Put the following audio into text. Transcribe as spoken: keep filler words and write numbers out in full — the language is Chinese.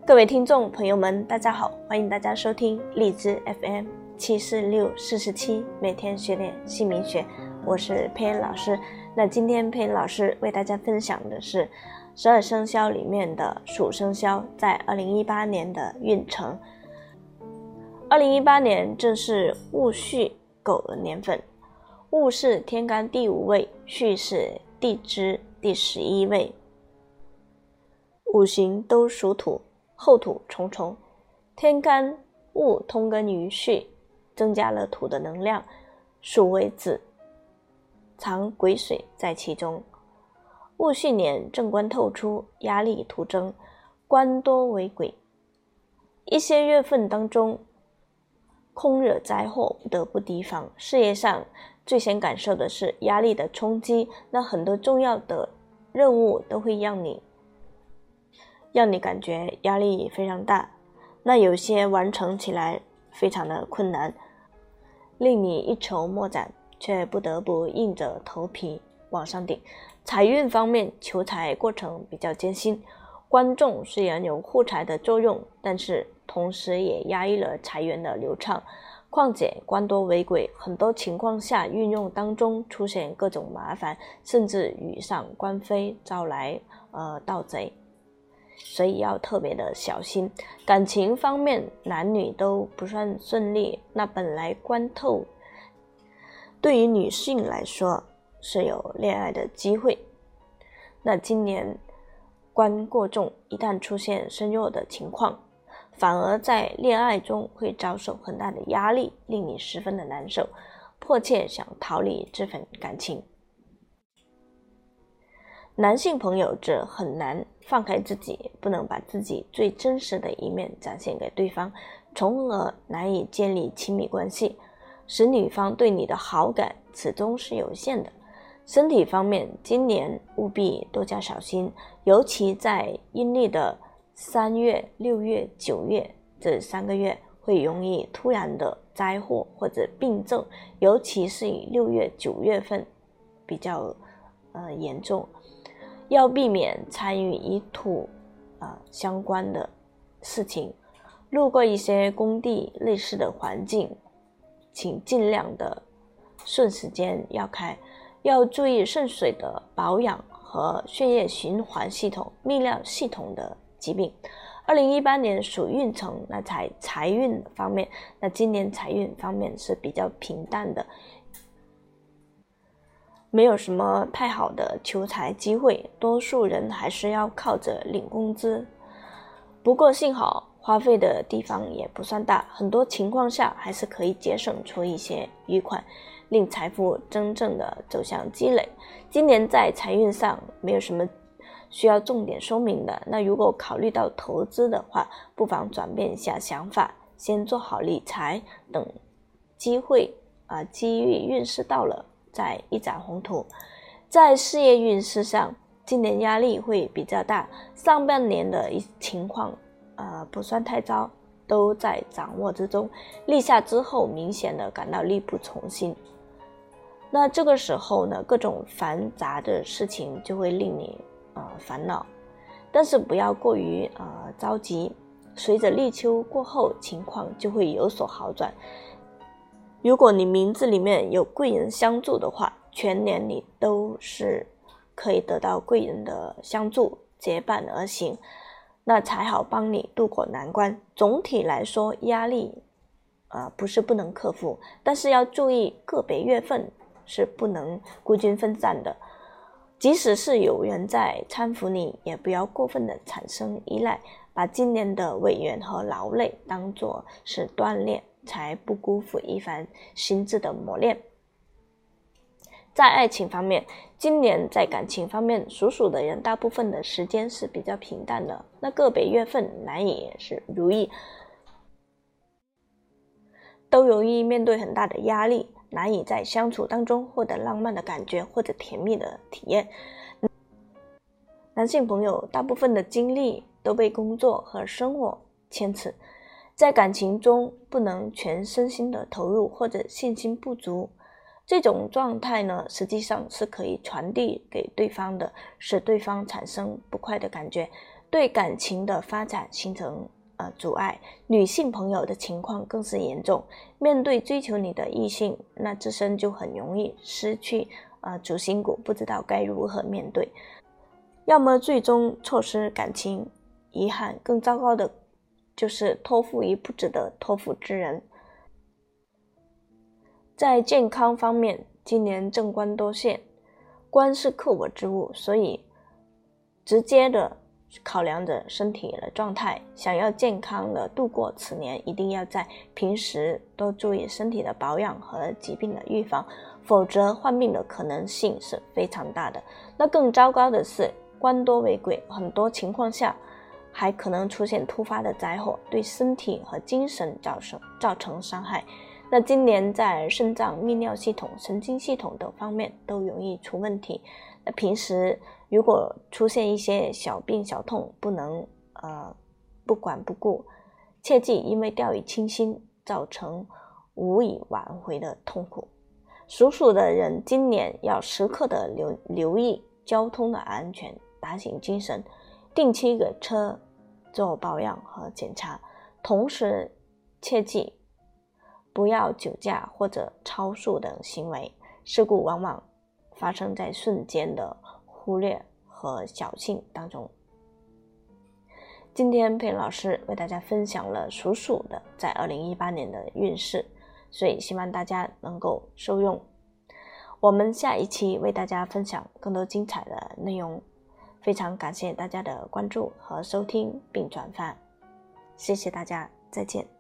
各位听众朋友们，大家好，欢迎大家收听荔枝 F M 七四六四十七，每天学点姓名学，我是佩恩老师。那今天佩恩老师为大家分享的是十二生肖里面的属生肖在二零一八年的运程。二零一八年正是戊戌狗的年份，戊是天干第五位，戌是地支第十一位，五行都属土，后土重重，天干戊通根于戌，增加了土的能量，属为子，藏癸水在其中。戊戌年正官透出，压力徒增，官多为癸。一些月份当中空惹灾祸，不得不提防。事业上最先感受的是压力的冲击，那很多重要的任务都会让你让你感觉压力非常大，那有些完成起来非常的困难，令你一筹莫展，却不得不硬着头皮往上顶。财运方面，求财过程比较艰辛，官重虽然有护财的作用，但是同时也压抑了财源的流畅。况且官多为癸，很多情况下运用当中出现各种麻烦，甚至遇上官非，招来呃盗贼，所以要特别的小心。感情方面，男女都不算顺利，那本来官透对于女性来说是有恋爱的机会，那今年官过重，一旦出现身弱的情况，反而在恋爱中会遭受很大的压力，令你十分的难受，迫切想逃离这份感情。男性朋友则很难放开自己，不能把自己最真实的一面展现给对方，从而难以建立亲密关系，使女方对你的好感始终是有限的。身体方面，今年务必多加小心，尤其在阴历的三月、六月、九月这三个月会容易突然的灾祸或者病症，尤其是以六月、九月份比较呃严重。要避免参与与土啊、呃、相关的事情，路过一些工地类似的环境，请尽量的顺时间绕开，要注意肾水的保养和血液循环系统、泌尿系统的疾病。二零一八年属运程，那财财运方面，那今年财运方面是比较平淡的，没有什么太好的求财机会，多数人还是要靠着领工资。不过幸好花费的地方也不算大，很多情况下还是可以节省出一些余款，令财富真正的走向积累。今年在财运上没有什么需要重点说明的，那如果考虑到投资的话，不妨转变一下想法，先做好理财，等机会啊、呃、机遇运势到了再一展宏图。在事业运势上，今年压力会比较大，上半年的情况呃不算太糟，都在掌握之中，立夏之后明显的感到力不从心。那这个时候呢，各种繁杂的事情就会令你呃烦恼，但是不要过于呃着急，随着立秋过后，情况就会有所好转。如果你名字里面有贵人相助的话，全年你都是可以得到贵人的相助，结伴而行，那才好帮你度过难关。总体来说，压力呃不是不能克服，但是要注意个别月份是不能孤军奋战的。即使是有人在搀扶你，也不要过分的产生依赖，把今年的委员和劳累当作是锻炼，才不辜负一番心智的磨练。在爱情方面，今年在感情方面，属鼠的人大部分的时间是比较平淡的，那个别月份难以是如意，都容易面对很大的压力，难以在相处当中获得浪漫的感觉或者甜蜜的体验。男性朋友大部分的精力都被工作和生活牵扯，在感情中不能全身心的投入，或者信心不足，这种状态呢，实际上是可以传递给对方的，使对方产生不快的感觉。 对感情的发展形成呃阻碍。女性朋友的情况更是严重，面对追求你的异性，那自身就很容易失去呃主心骨，不知道该如何面对，要么最终错失感情，遗憾，更糟糕的就是托付于不值得托付之人。在健康方面，今年正官多线，官是克我之物，所以直接的考量着身体的状态，想要健康的度过此年，一定要在平时多注意身体的保养和疾病的预防，否则患病的可能性是非常大的。那更糟糕的是，官多为贵，很多情况下还可能出现突发的灾祸，对身体和精神造成造成伤害。那今年在肾脏、泌尿系统、神经系统等方面都容易出问题。那平时如果出现一些小病小痛，不能呃不管不顾，切忌因为掉以轻心造成无以挽回的痛苦。属鼠的人今年要时刻的留留意交通的安全，打醒精神，定期给车做保养和检查，同时切记不要酒驾或者超速等行为，事故往往发生在瞬间的忽略和侥幸当中。今天佩老师为大家分享了属鼠的在二零一八年的运势，所以希望大家能够受用。我们下一期为大家分享更多精彩的内容，非常感谢大家的关注和收听并转发，谢谢大家，再见。